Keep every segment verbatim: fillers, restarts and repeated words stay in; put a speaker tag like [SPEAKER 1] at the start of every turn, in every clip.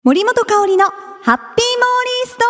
[SPEAKER 1] 森本香織のハッピーモーリースト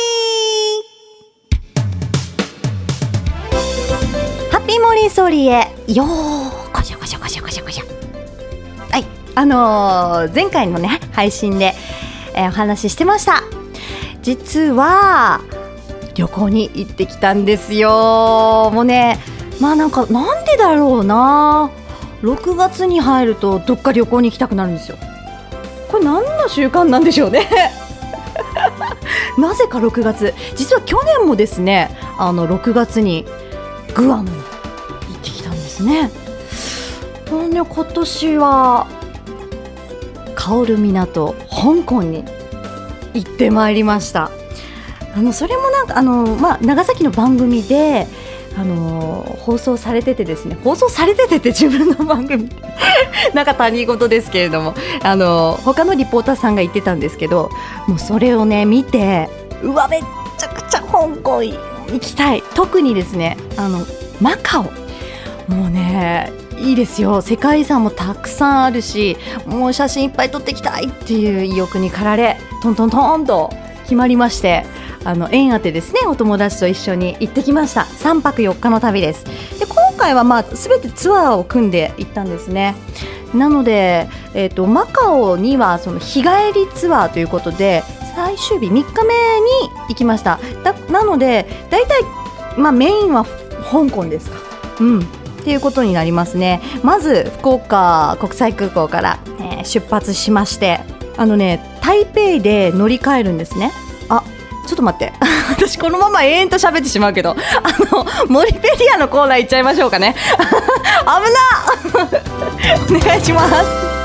[SPEAKER 1] ーリー。ハッピーモーリーストーリーへよーこしょこしょこしょこしょこしょ。はい、あのー、前回のね配信で、えー、お話ししてました。実は旅行に行ってきたんですよ。もうね、まあなんかなんでだろうな、ろくがつに入るとどっか旅行に行きたくなるんですよ。これ何の習慣なんでしょうねなぜかろくがつ、実は去年もですね、あのろくがつにグアムに行ってきたんですね。もうね、今年はカオル港香港に行ってまいりました。あのそれもなんかあの、まあ、長崎の番組であの放送されててですね、放送されててって自分の番組なんか他人事ですけれども、あの他のリポーターさんが言ってたんですけど、もうそれをね見て、うわめっちゃくちゃ香港行きたい。特にですね、あのマカオ、もうねいいですよ。世界遺産もたくさんあるし、もう写真いっぱい撮ってきたいっていう意欲に駆られ、トントントンと決まりまして、あの縁あてですね、お友達と一緒に行ってきました。さんぱくよっかの旅です。で今回はまあ全てツアーを組んで行ったんですね。なので、えーと、マカオにはその日帰りツアーということで最終日みっかめに行きました。だなのでだいたい、まあ、メインは香港ですか、うんっていうことになりますね。まず福岡国際空港から、えー、出発しまして、あのね台北で乗り換えるんですね。あ、ちょっと待って私このまま延々と喋ってしまうけど、あのモリペディアのコーナー行っちゃいましょうかね危なお願いします。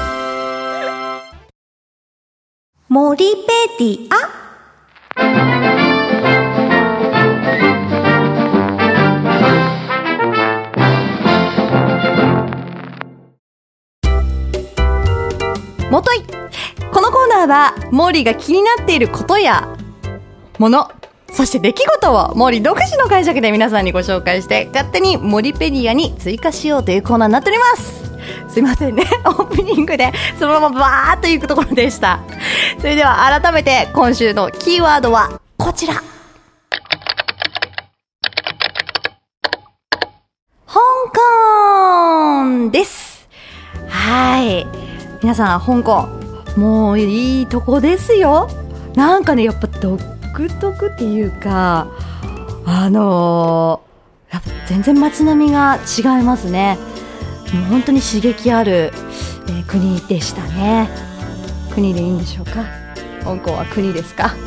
[SPEAKER 1] モリペディア。もとい、このコーナーはモーリーが気になっていることやもの、そして出来事をモーリー独自の解釈で皆さんにご紹介して、勝手にモリペディアに追加しようというコーナーになっております。すいませんね、オープニングでそのままバーっといくところでした。それでは改めて今週のキーワードはこちら、香港です。はい、皆さん香港もういいとこですよ。なんかね、やっぱ独特っていうか、あのー、やっぱ全然街並みが違いますね。もう本当に刺激ある、えー、国でしたね。国でいいんでしょうか。香港は国ですか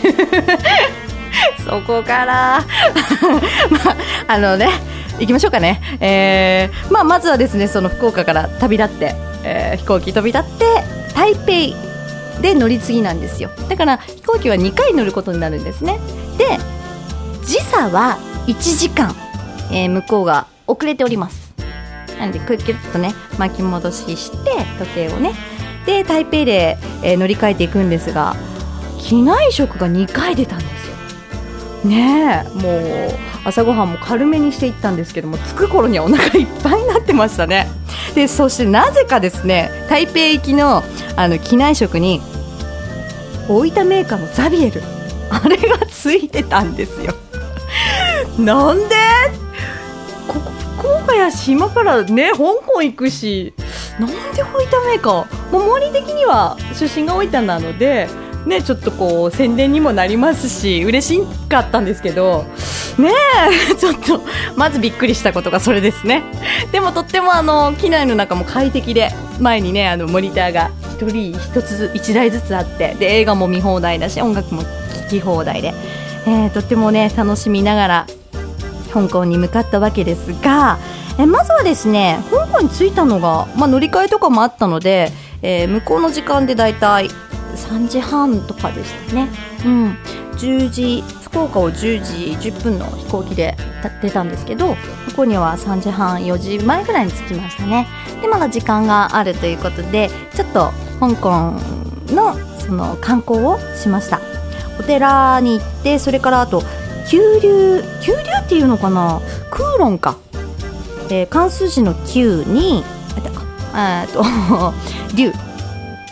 [SPEAKER 1] そこからまあ、あのね行きましょうかね。えーまあ、まずはですね、その福岡から旅立って、えー、飛行機飛び立って台北で乗り継ぎなんですよ。だから飛行機はにかい乗ることになるんですね。で時差はいちじかん、えー、向こうが遅れております。なのでクッキュッとね巻き戻しして時計をね、で台北で、えー、乗り換えていくんですが、機内食がにかい出たんですよね。えもう朝ごはんも軽めにしていったんですけども、着く頃にはお腹いっぱいになってましたね。でそしてなぜかですね、台北行きのあの機内食に大分メーカーのザビエル、あれがついてたんですよなんでここ福岡や島からね香港行くし、なんで大分メーカー、もう周り的には出身が大分なのでね、ちょっとこう宣伝にもなりますし嬉しかったんですけどねえちょっとまずびっくりしたことがそれですね。でもとってもあの機内の中も快適で、前にねあのモニターが一人一つ一台ずつあって、で映画も見放題だし音楽も聴き放題で、えー、とってもね楽しみながら香港に向かったわけですが、えまずはですね香港に着いたのが、まあ、乗り換えとかもあったので、えー、向こうの時間でだいたいさんじはんとかでしたね。うん、じゅうじ、福岡をじゅうじじゅっぷんの飛行機で出たんですけど、向こうにはさんじはんよじまえぐらいに着きましたね。でまだ時間があるということで、ちょっと香港のその観光をしました。お寺に行って、それからあと九龍九龍っていうのかな、空論か、えー、漢数字の九にあと龍、空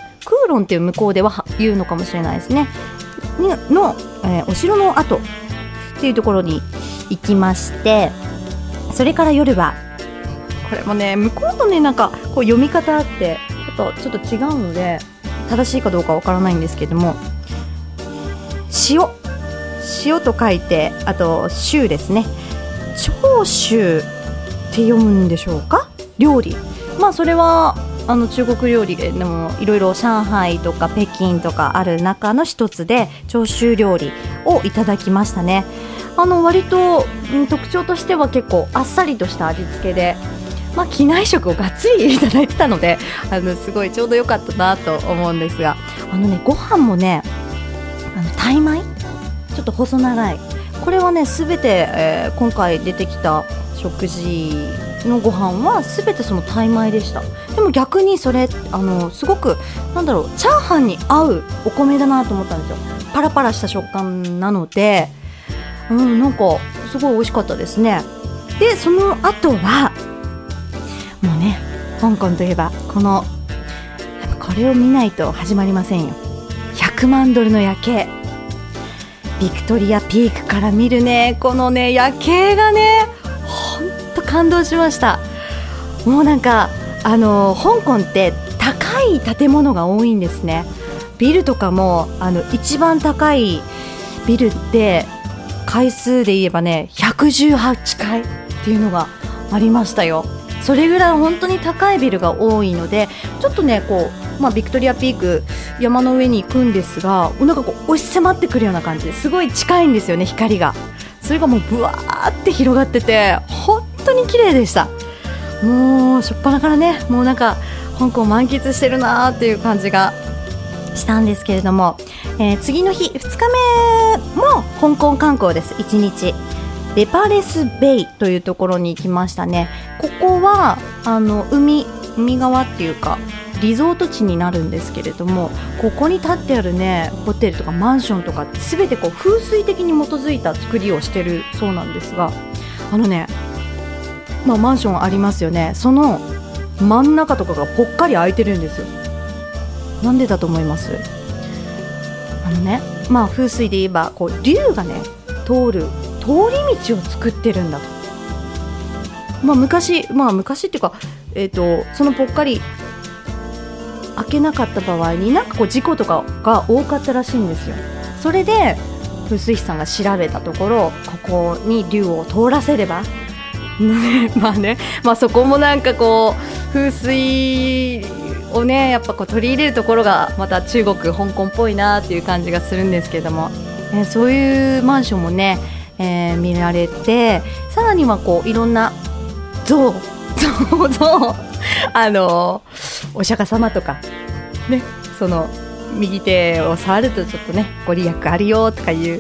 [SPEAKER 1] ロンっていう向こうでは言うのかもしれないですねの、えー、お城の跡っていうところに行きまして、それから夜はこれもね向こうのねなんかこう読み方あってちょっとちょっと違うので正しいかどうかわからないんですけども、塩塩と書いて、あと州ですね、長州って読むんでしょうか、料理。まあそれはあの中国料理でもいろいろ上海とか北京とかある中の一つで長州料理をいただきましたね。あの割と、うん、特徴としては結構あっさりとした味付けで、まあ、機内食をがっつりいただいてたので、あのすごいちょうど良かったなと思うんですが、あのねご飯もねあのタイ米ちょっと細長い、これはねすべて、えー、今回出てきた食事のご飯はすべてそのタイ米でした。でも逆にそれあのすごくなんだろうチャーハンに合うお米だなと思ったんですよ。パラパラした食感なので、うん、なんかすごい美味しかったですね。でその後はもうね香港といえばこのこれを見ないと始まりませんよ。ひゃくまんドルの夜景、ビクトリアピークから見るねこのね夜景がねほんと感動しました。もうなんかあの香港って高い建物が多いんですね。ビルとかもあの一番高いビルって回数で言えばねひゃくじゅうはちかいっていうのがありましたよ。それぐらい本当に高いビルが多いので、ちょっとねこう、まあ、ビクトリアピーク山の上に行くんですが、なんかこう押し迫ってくるような感じですごい近いんですよね。光がそれがもうブワーって広がってて本当に綺麗でした。もう初っ端からねもうなんか香港を満喫してるなーっていう感じがしたんですけれども、えー、次の日ふつかめも香港観光です。いちにちレパレスベイというところに行きましたね。ここはあの 海, 海側っていうかリゾート地になるんですけれども、ここに建ってあるねホテルとかマンションとかすべてこう風水的に基づいた作りをしてるそうなんですが、あのね、まあ、マンションありますよね。その真ん中とかがぽっかり空いてるんですよ。なんでだと思います？あのね、まあ風水で言えばこう竜がね通る通り道を作ってるんだと。まあ昔、まあ昔っていうか、えっとそのぽっかり開けなかった場合になんかこう事故とかが多かったらしいんですよ。それで風水師さんが調べたところ、ここに竜を通らせればまあね、まあそこもなんかこう風水をねやっぱこう取り入れるところがまた中国香港っぽいなっていう感じがするんですけども、えー、そういうマンションもね、えー、見られて、さらにはこういろんな像像像あのお釈迦様とかね、その右手を触るとちょっとねご利益あるよとかいう、うん、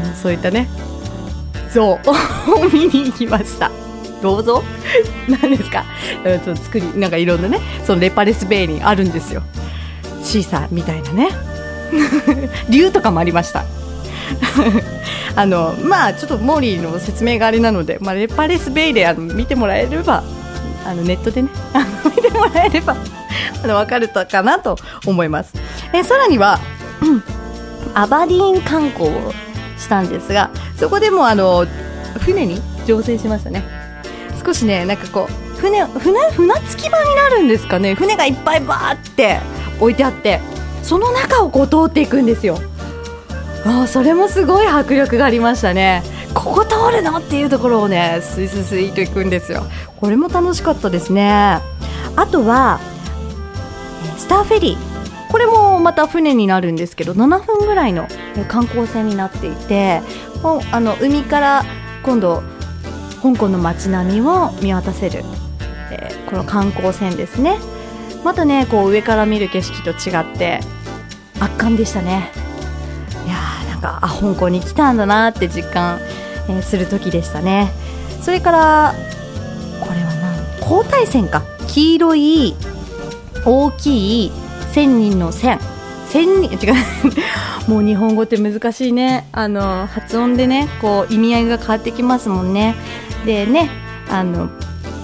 [SPEAKER 1] そういったね像を見に行きました。どうぞ何ですか、うん、ちょっと作りなんかいろんなねそのレパレスベイにあるんですよ。シーサーみたいなね竜とかもありましたあのまあちょっとモーリーの説明があれなので、まあ、レパレスベイであの見てもらえれば、あのネットでね見てもらえればあの分かるかなと思います。えさらには、うん、アバディーン観光をしたんですが、そこでもあの船に乗船しましたね。少しねなんかこう船船船着き場になるんですかね、船がいっぱいバーって置いてあって、その中をこう通っていくんですよ。あ、それもすごい迫力がありましたね。ここ通るのっていうところをねスイススイと行くんですよ。これも楽しかったですね。あとはスターフェリー、これもまた船になるんですけどななふんぐらいの観光船になっていて、あの海から今度香港の街並みを見渡せる、えー、この観光船ですね。またねこう上から見る景色と違って圧巻でしたね。いやーなんかあ香港に来たんだなって実感、えー、する時でしたね。それからこれは何、交代船か、黄色い大きい千人の千千人違うもう日本語って難しいね。あの発音でねこう意味合いが変わってきますもんね。でねあの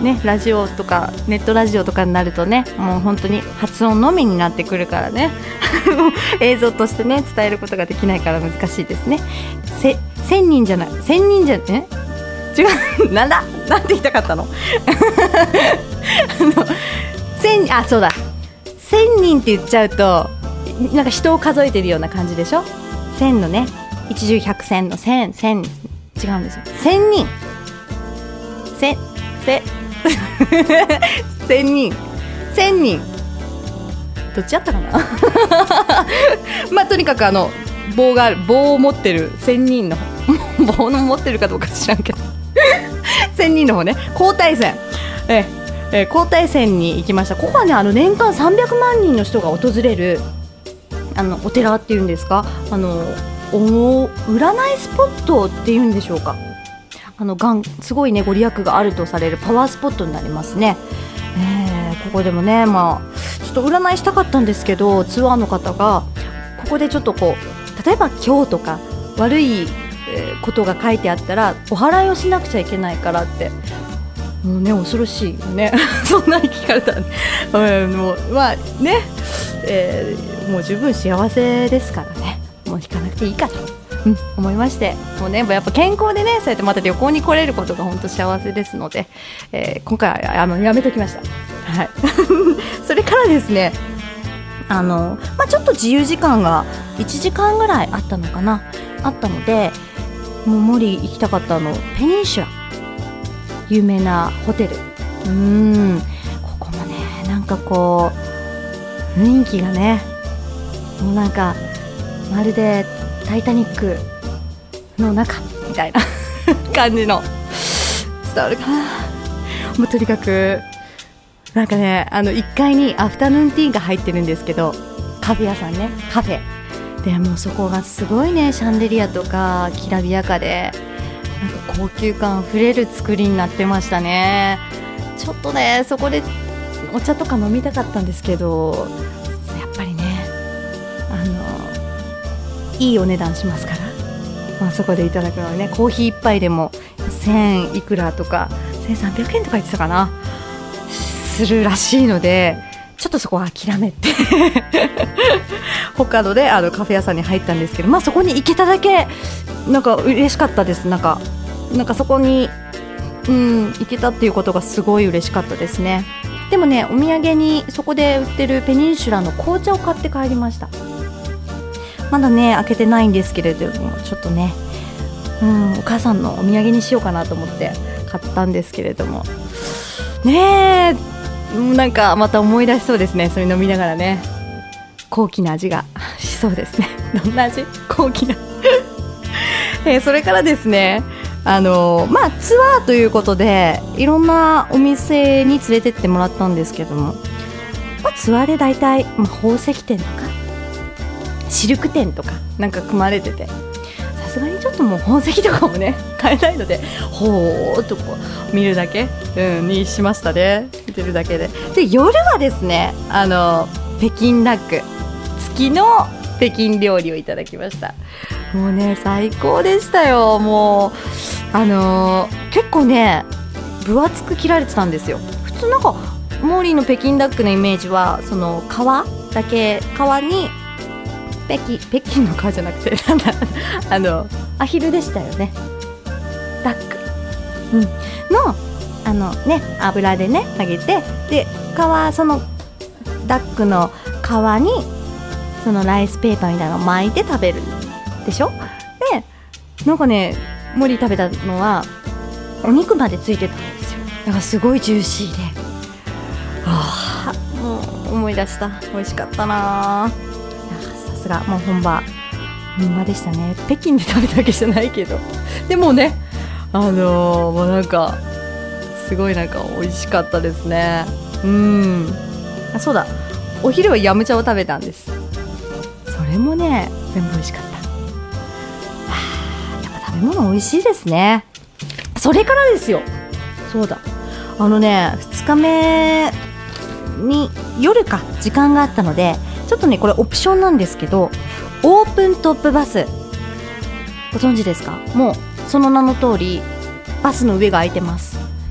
[SPEAKER 1] ね、ラジオとかネットラジオとかになるとね、もう本当に発音のみになってくるからね映像としてね伝えることができないから難しいですね。せ千人じゃない千人じゃえ違うなんだなんて言いたかったのあの千あそうだ千人って言っちゃうとなんか人を数えてるような感じでしょ。千のね一十百千の千千違うんですよ。千人せせ千人千人どっちやったかなまあとにかくあの棒がある棒を持ってる千人の棒の持ってるかどうか知らんけど千人の方ね交代戦ええ交代戦に行きました。ここはねあの年間さんびゃくまんにんの人が訪れるあのお寺っていうんですか、あのお占いスポットっていうんでしょうか。あのがんすごいねご利益があるとされるパワースポットになりますね。えー、ここでもねまあちょっと占いしたかったんですけど、ツアーの方がここでちょっとこう例えば今日とか悪いことが書いてあったらお祓いをしなくちゃいけないからって、もうね恐ろしいよねそんなに聞かれたら、ねうん、もうまあね、えー、もう十分幸せですからね、もう引かなくていいかと、うん、思いまして、もうねやっぱ健康でねそうやってまた旅行に来れることが本当幸せですので、えー、今回はあのやめときました。はいそれからですねあの、まあ、ちょっと自由時間がいちじかんぐらいあったのかなあったので、もう森行きたかったあのペニンシュラ有名なホテル、うーんここもねなんかこう雰囲気がねもうなんかまるでタイタニックの中みたいな感じの伝わるかな。もうとにかくなんかねあのいっかいにアフタヌーンティーが入ってるんですけど、カフェ屋さんねカフェでもうそこがすごいねシャンデリアとかきらびやかでなんか高級感あふれる作りになってましたね。ちょっとねそこでお茶とか飲みたかったんですけど、やっぱりねあのいいお値段しますから、まあ、そこでいただくのはねコーヒー一杯でもせんいくらとかせんさんびゃくえんとか言ってたかなするらしいので、ちょっとそこは諦めて他のであのカフェ屋さんに入ったんですけど、まあそこに行けただけなんか嬉しかったです。なんかなんかそこに、うん、行けたっていうことがすごい嬉しかったですね。でもねお土産にそこで売ってるペニンシュラの紅茶を買って帰りました。まだね開けてないんですけれども、ちょっとね、うん、お母さんのお土産にしようかなと思って買ったんですけれどもねえなんかまた思い出しそうですね。それ飲みながらね高貴な味がしそうですね。どんな味？高貴な、えー、それからですねあのー、まあツアーということでいろんなお店に連れてってもらったんですけども、まあ、ツアーで大体、まあ、宝石店とかシルク店とかなんか組まれてて、さすがにちょっともう宝石とかもね買えないのでほーっとこう見るだけ、うん、にしましたね。見てるだけで。で夜はですねあの北京ダック付きの北京料理をいただきました。もうね最高でしたよ。もうあのー、結構ね分厚く切られてたんですよ。普通なんかモーリーの北京ダックのイメージはその皮だけ、皮に北京北京の皮じゃなくてなんだあのアヒルでしたよね。ダック、うん、のあのね油でね揚げて、で皮そのダックの皮にそのライスペーパーみたいなのを巻いて食べるでしょ。でなんかねモリ食べたのはお肉までついてたんですよ。だからすごいジューシーで、はあ、もう思い出した。美味しかったな。さすがもう本場本場でしたね。北京で食べたわけじゃないけど、でもねあのー、もうなんかすごいなんか美味しかったですね。うん、あそうだ、お昼はヤムチャを食べたんです。それもね全部美味しかった。はあ、やっぱ食べ物美味しいですね。それからですよ、そうだあのねふつかめに夜か時間があったので、ちょっとねこれオプションなんですけど、オープントップバスご存知ですか？もうその名の通りバスの上が空いてます。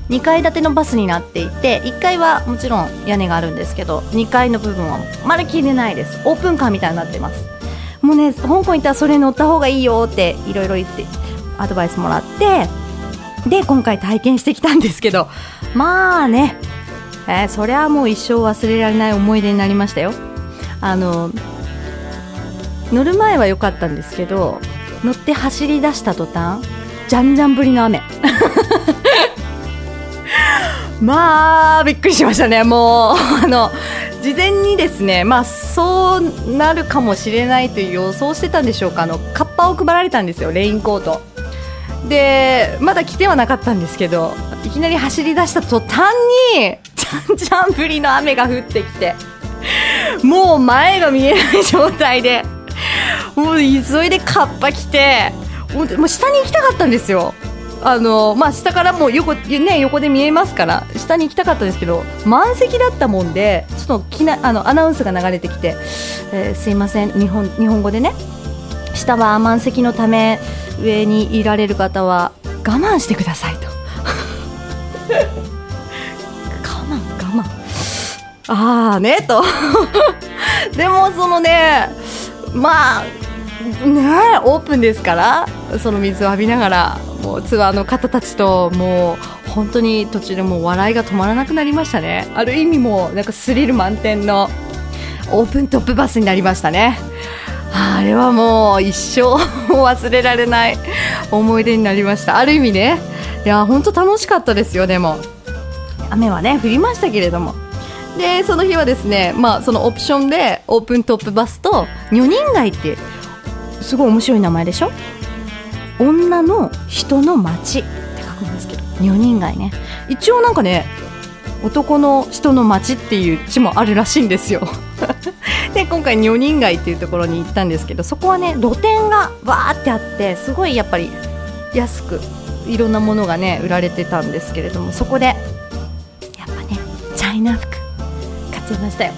[SPEAKER 1] にかい建てのバスになっていて、いっかいはもちろん屋根があるんですけど、にかいの部分はまるっきりないです。オープンカーみたいになってます。もうね、香港行ったらそれ乗った方がいいよっていろいろ言ってアドバイスもらって、で今回体験してきたんですけど、まあね、えー、そりゃもう一生忘れられない思い出になりましたよ。あの乗る前は良かったんですけど、乗って走り出した途端じゃんじゃん降りの雨まあびっくりしましたね。もうあの事前にですね、まあそうなるかもしれないという予想してたんでしょうか。あのカッパを配られたんですよ、レインコートで。まだ着てはなかったんですけど、いきなり走り出した途端にじゃんじゃん降りの雨が降ってきて、もう前が見えない状態で、もう急いでカッパ着て、もう下に行きたかったんですよ。あの、まあ、下からもう 横,、ね、横で見えますから下に行きたかったんですけど、満席だったもんで、ちょっときなあのアナウンスが流れてきて、えー、すいません、日本、日本語でね、下は満席のため上にいられる方は我慢してくださいと我慢我慢あーねとでもそのね、まあね、オープンですから、その水を浴びながらもうツアーの方たちと、もう本当に途中でもう笑いが止まらなくなりましたね。ある意味もうなんかスリル満点のオープントップバスになりましたね。あれはもう一生忘れられない思い出になりました。ある意味ね、いや本当楽しかったですよ。でも雨はね降りましたけれども、でその日はですね、まあ、そのオプションでオープントップバスと女人街ってすごい面白い名前でしょ。女の人の街って書くんですけど、女人街ね、一応なんかね、男の人の街っていう地もあるらしいんですよで今回女人街っていうところに行ったんですけど、そこはね露店がわーってあって、すごいやっぱり安くいろんなものがね売られてたんですけれども、そこでやっぱねチャイナ服買っちゃいましたよ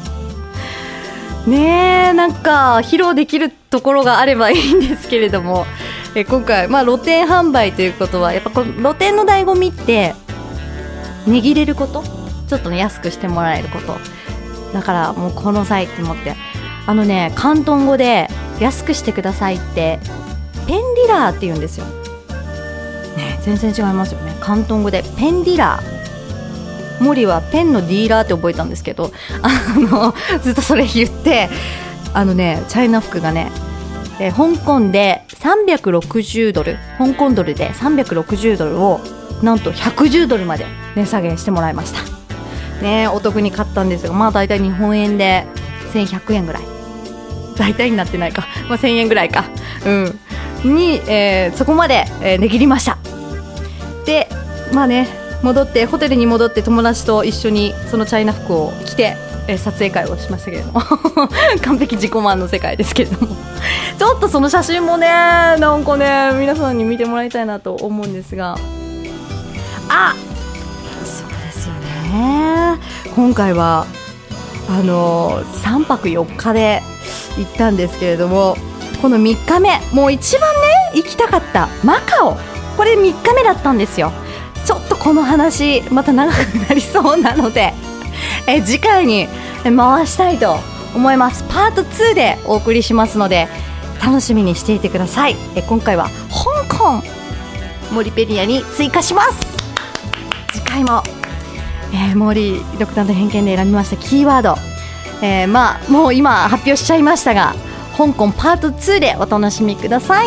[SPEAKER 1] ね。えなんか披露できるところがあればいいんですけれども、え今回、まあ、露店販売ということはやっぱこの露店の醍醐味って値切れること、ちょっとね安くしてもらえることだから、もうこの際って思って、あのね広東語で安くしてくださいってペンディラーって言うんですよ、ね、全然違いますよね。広東語でペンディラー、森はペンのディーラーって覚えたんですけど、あのずっとそれ言って、あのねチャイナ服がね、えー、香港でさんびゃくろくじゅうドル、香港ドルでさんびゃくろくじゅうドルをなんとひゃくじゅうドルまで値下げしてもらいましたね。お得に買ったんですが、まあだいたい日本円でせんひゃくえんぐらい、だいたいになってないか、まあ、せんえんぐらいか、うんに、えー、そこまで、えー、値切りました。でまあね、戻ってホテルに戻って友達と一緒にそのチャイナ服を着て、えー、撮影会をしましたけれども完璧自己満の世界ですけれどもちょっとその写真もね、なんかね皆さんに見てもらいたいなと思うんですが、あ、そうですよね、今回はあのー、さんぱくよっかで行ったんですけれども、このみっかめ、もう一番ね行きたかったマカオ、これみっかめだったんですよ。ちょっとこの話また長くなりそうなのでえ次回に回したいと思います。パートツーでお送りしますので楽しみにしていてください。え今回は香港モリペディアに追加します。次回も、えー、モーリー独断と偏見で選びましたキーワード、えー、まあもう今発表しちゃいましたが、香港パートツーでお楽しみください。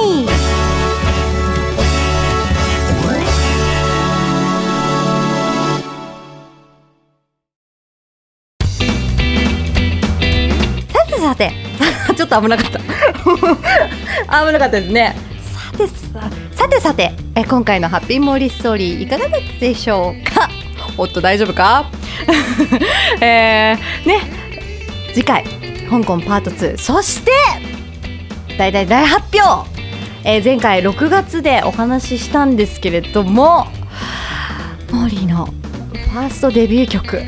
[SPEAKER 1] さてちょっと危なかった危なかったですね。さてささてさてえ今回のハッピーモーリーストーリーいかがだったでしょうか。おっと大丈夫かえー、ね次回香港パートツー、そして大大大発表、えー、前回ろくがつでお話ししたんですけれども、モーリーのファーストデビュー曲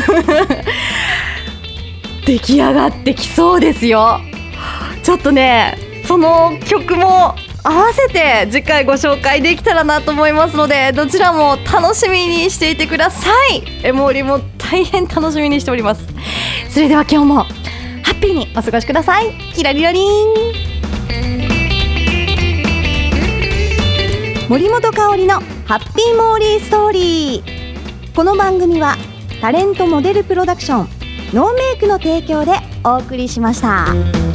[SPEAKER 1] 出来上がってきそうですよ。ちょっとねその曲も合わせて次回ご紹介できたらなと思いますので、どちらも楽しみにしていてください。エモリも大変楽しみにしております。それでは今日もハッピーにお過ごしください。キラリラリン。森本香里のハッピーモーリーストーリー。この番組はタレントモデルプロダクションノーメイクの提供でお送りしました。